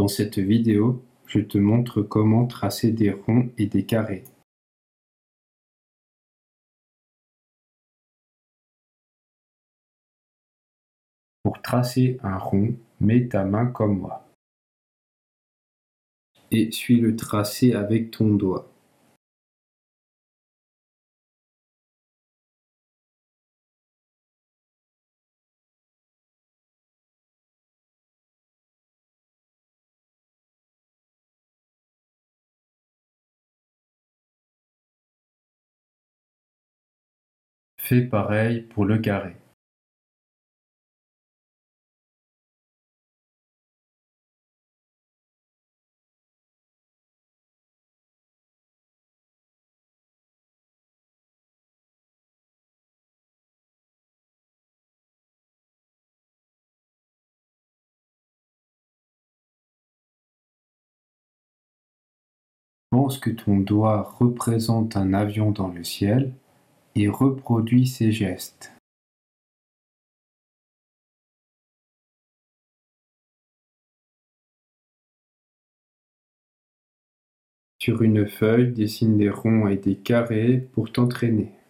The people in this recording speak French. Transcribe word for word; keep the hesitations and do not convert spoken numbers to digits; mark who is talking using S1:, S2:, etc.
S1: Dans cette vidéo, je te montre comment tracer des ronds et des carrés. Pour tracer un rond, mets ta main comme moi et suis le tracé avec ton doigt. Fais pareil pour le carré. Pense que ton doigt représente un avion dans le ciel et reproduis ces gestes. Sur une feuille, dessine des ronds et des carrés pour t'entraîner.